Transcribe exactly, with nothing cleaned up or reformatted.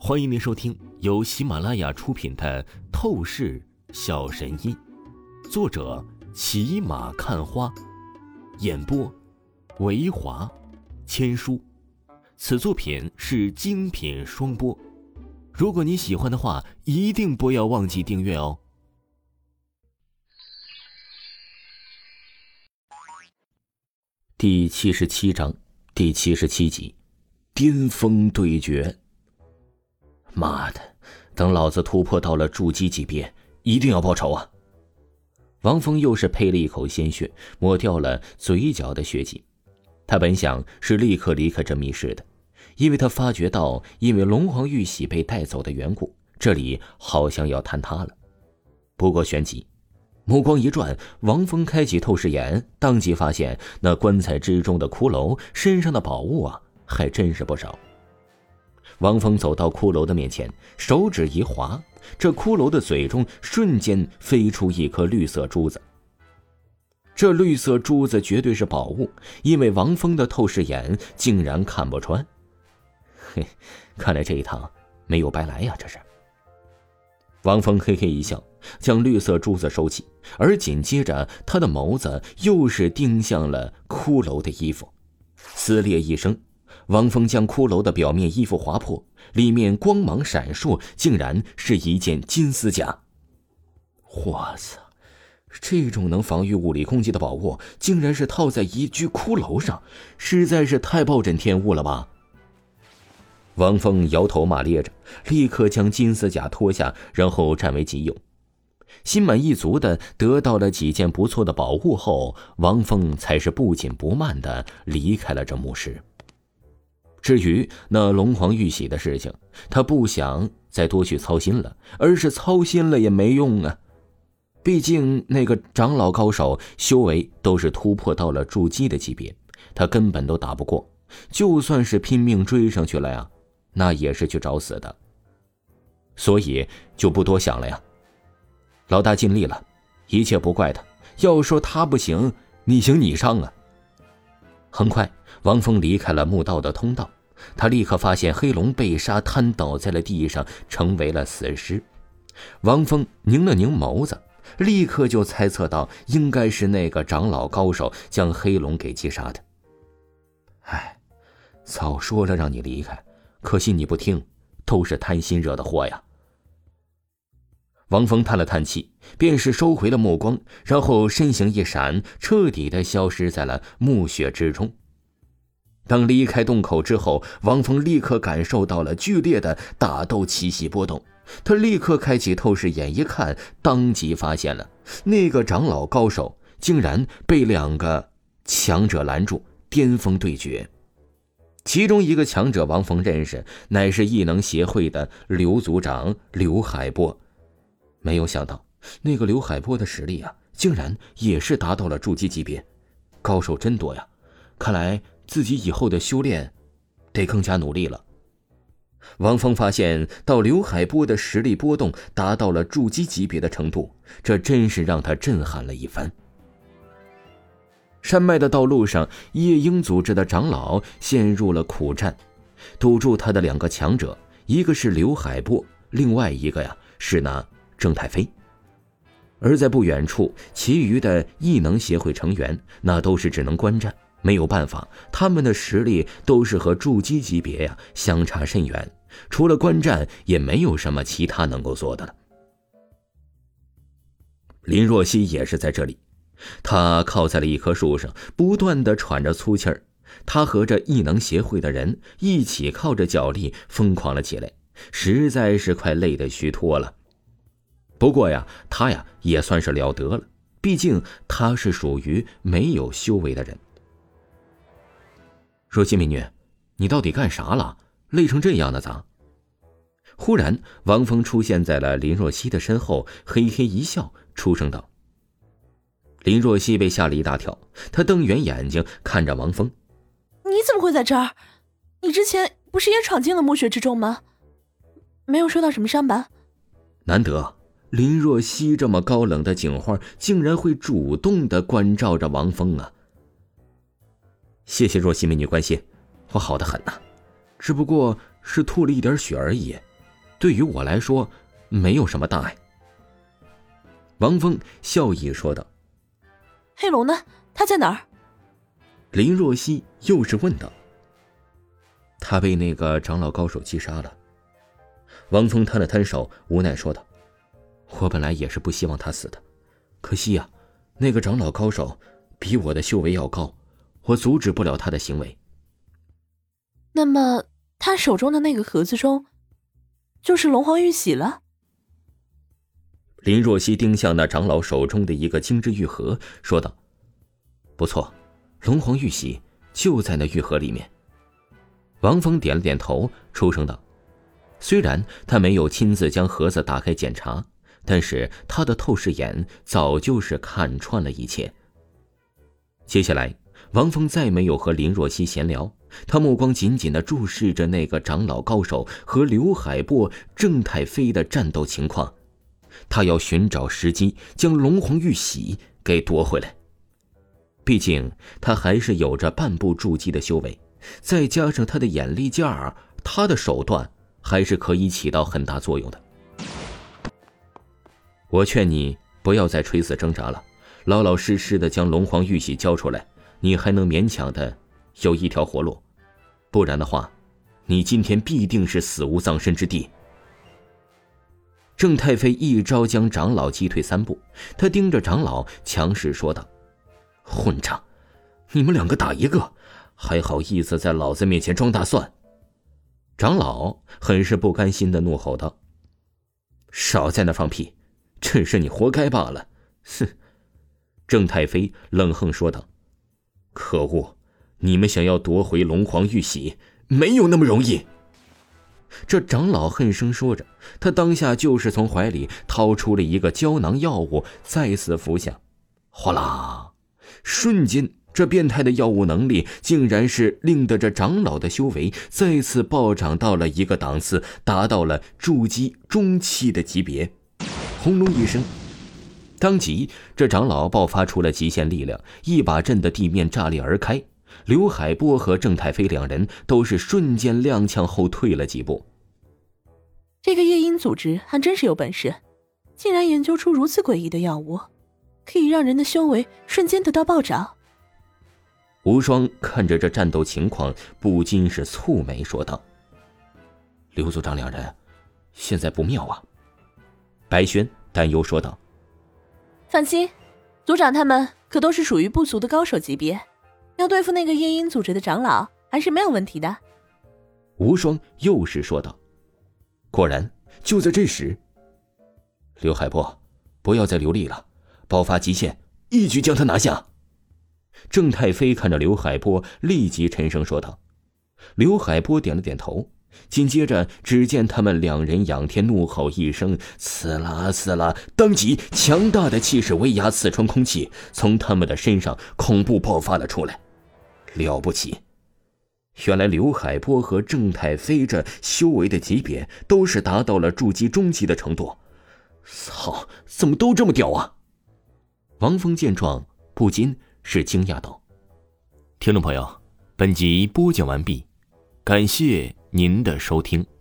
欢迎您收听由喜马拉雅出品的《透视小神医》，作者骑马看花，演播维华千书。此作品是精品双播。如果你喜欢的话，一定不要忘记订阅哦。第七十七章，第七十七集，巅峰对决。妈的，等老子突破到了筑基级别，一定要报仇啊！王峰又是呸了一口鲜血，抹掉了嘴角的血迹。他本想是立刻离开这密室的，因为他发觉到因为龙皇玉玺被带走的缘故，这里好像要坍塌了。不过旋即目光一转，王峰开启透视眼，当即发现那棺材之中的骷髅身上的宝物啊，还真是不少。王峰走到骷髅的面前，手指一划，这骷髅的嘴中瞬间飞出一颗绿色珠子。这绿色珠子绝对是宝物，因为王峰的透视眼竟然看不穿。嘿，看来这一趟没有白来呀，这是。王峰嘿嘿一笑，将绿色珠子收起，而紧接着他的眸子又是盯向了骷髅的衣服。撕裂一声，王峰将骷髅的表面衣服划破，里面光芒闪烁，竟然是一件金丝甲。我操，这种能防御物理攻击的宝物竟然是套在一具骷髅上，实在是太暴殄天物了吧。王峰摇头骂咧着，立刻将金丝甲脱下，然后占为己有。心满意足的得到了几件不错的宝物后，王峰才是不紧不慢的离开了这墓室。至于那龙皇玉玺的事情，他不想再多去操心了，而是操心了也没用啊。毕竟那个长老高手修为都是突破到了筑基的级别，他根本都打不过，就算是拼命追上去了呀，那也是去找死的。所以就不多想了呀。老大尽力了，一切不怪他，要说他不行，你行你上啊。很快王峰离开了墓道的通道，他立刻发现黑龙被杀，瘫倒在了地上，成为了死尸。王峰拧了拧眸子，立刻就猜测到应该是那个长老高手将黑龙给击杀的。唉，早说了让你离开，可惜你不听，都是贪心惹的祸呀。王峰叹了叹气，便是收回了目光，然后身形一闪，彻底的消失在了墓穴之中。当离开洞口之后，王峰立刻感受到了剧烈的打斗气息波动。他立刻开启透视眼一看，当即发现了那个长老高手竟然被两个强者拦住，巅峰对决。其中一个强者王峰认识，乃是异能协会的刘组长刘海波。没有想到那个刘海波的实力啊，竟然也是达到了筑基级别，高手真多呀，看来自己以后的修炼得更加努力了。王峰发现到刘海波的实力波动达到了筑基级别的程度，这真是让他震撼了一番。山脉的道路上，夜鹰组织的长老陷入了苦战，堵住他的两个强者，一个是刘海波，另外一个呀是那郑太飞。而在不远处，其余的异能协会成员那都是只能观战，没有办法，他们的实力都是和筑基级别呀相差甚远，除了观战也没有什么其他能够做的了。林若曦也是在这里，他靠在了一棵树上，不断地喘着粗气儿。他和这异能协会的人一起靠着脚力疯狂了起来，实在是快累得虚脱了。不过呀，他呀也算是了得了，毕竟他是属于没有修为的人。若曦美女，你到底干啥了？累成这样的咋？忽然王峰出现在了林若曦的身后，嘿嘿一笑，出声道。林若曦被吓了一大跳，她瞪圆眼睛看着王峰。 你怎么会在这儿？你之前不是也闯进了墓穴之中吗？没有受到什么伤吧？ 难得林若曦这么高冷的警花竟然会主动地关照着王峰啊。谢谢若曦美女关心，我好得很呐、啊，只不过是吐了一点血而已， 对于我来说没有什么大碍。王峰笑意说道。 黑龙呢？他在哪儿？ 林若曦又是问道。他被那个长老高手击杀了。王峰摊了摊手，无奈说道。我本来也是不希望他死的，可惜呀、啊，那个长老高手比我的修为要高，我阻止不了他的行为。 那么他手中的那个盒子中就是龙皇玉玺了？ 林若曦盯向那长老手中的一个精致玉盒，说道。不错，龙皇玉玺就在那玉盒里面。王峰点了点头，出声道。虽然他没有亲自将盒子打开检查，但是他的透视眼早就是看穿了一切。接下来王峰再没有和林若曦闲聊，他目光紧紧地注视着那个长老高手和刘海波、郑太飞的战斗情况，他要寻找时机将龙皇玉玺给夺回来。毕竟他还是有着半步筑基的修为，再加上他的眼力劲儿，他的手段还是可以起到很大作用的。我劝你不要再垂死挣扎了，老老实实的将龙皇玉玺交出来，你还能勉强的有一条活路，不然的话，你今天必定是死无葬身之地。郑太飞一招将长老击退三步，他盯着长老强势说道。混账，你们两个打一个，还好意思在老子面前装大蒜。长老很是不甘心的怒吼道。少在那放屁，这是你活该罢了。哼！郑太飞冷哼说道。可恶，你们想要夺回龙皇玉玺，没有那么容易。这长老恨声说着，他当下就是从怀里掏出了一个胶囊药物，再次服下。哗啦！瞬间，这变态的药物能力竟然是令得这长老的修为再次暴涨到了一个档次，达到了筑基中期的级别。轰隆一声，当即这长老爆发出了极限力量，一把震得地面炸裂而开。刘海波和郑太飞两人都是瞬间踉跄后退了几步。 这个夜莺组织还真是有本事，竟然研究出如此诡异的药物，可以让人的修为瞬间得到暴涨。 无双看着这战斗情况，不禁是蹙眉说道。刘组长两人现在不妙啊。白轩担忧说道。 放心，组长他们可都是属于不俗的高手级别，要对付那个夜莺组织的长老还是没有问题的。 无双又是说道。果然，就在这时，刘海波，不要再留力了，爆发极限，一举将他拿下。郑太飞看着刘海波，立即沉声说道。刘海波点了点头，紧接着只见他们两人仰天怒吼一声，刺啦刺啦，当即强大的气势威压刺穿空气，从他们的身上恐怖爆发了出来。了不起，原来刘海波和郑太飞这修为的级别都是达到了筑基中期的程度。操，怎么都这么屌啊！王峰见状不禁是惊讶道。听众朋友，本集播讲完毕，感谢您的收听。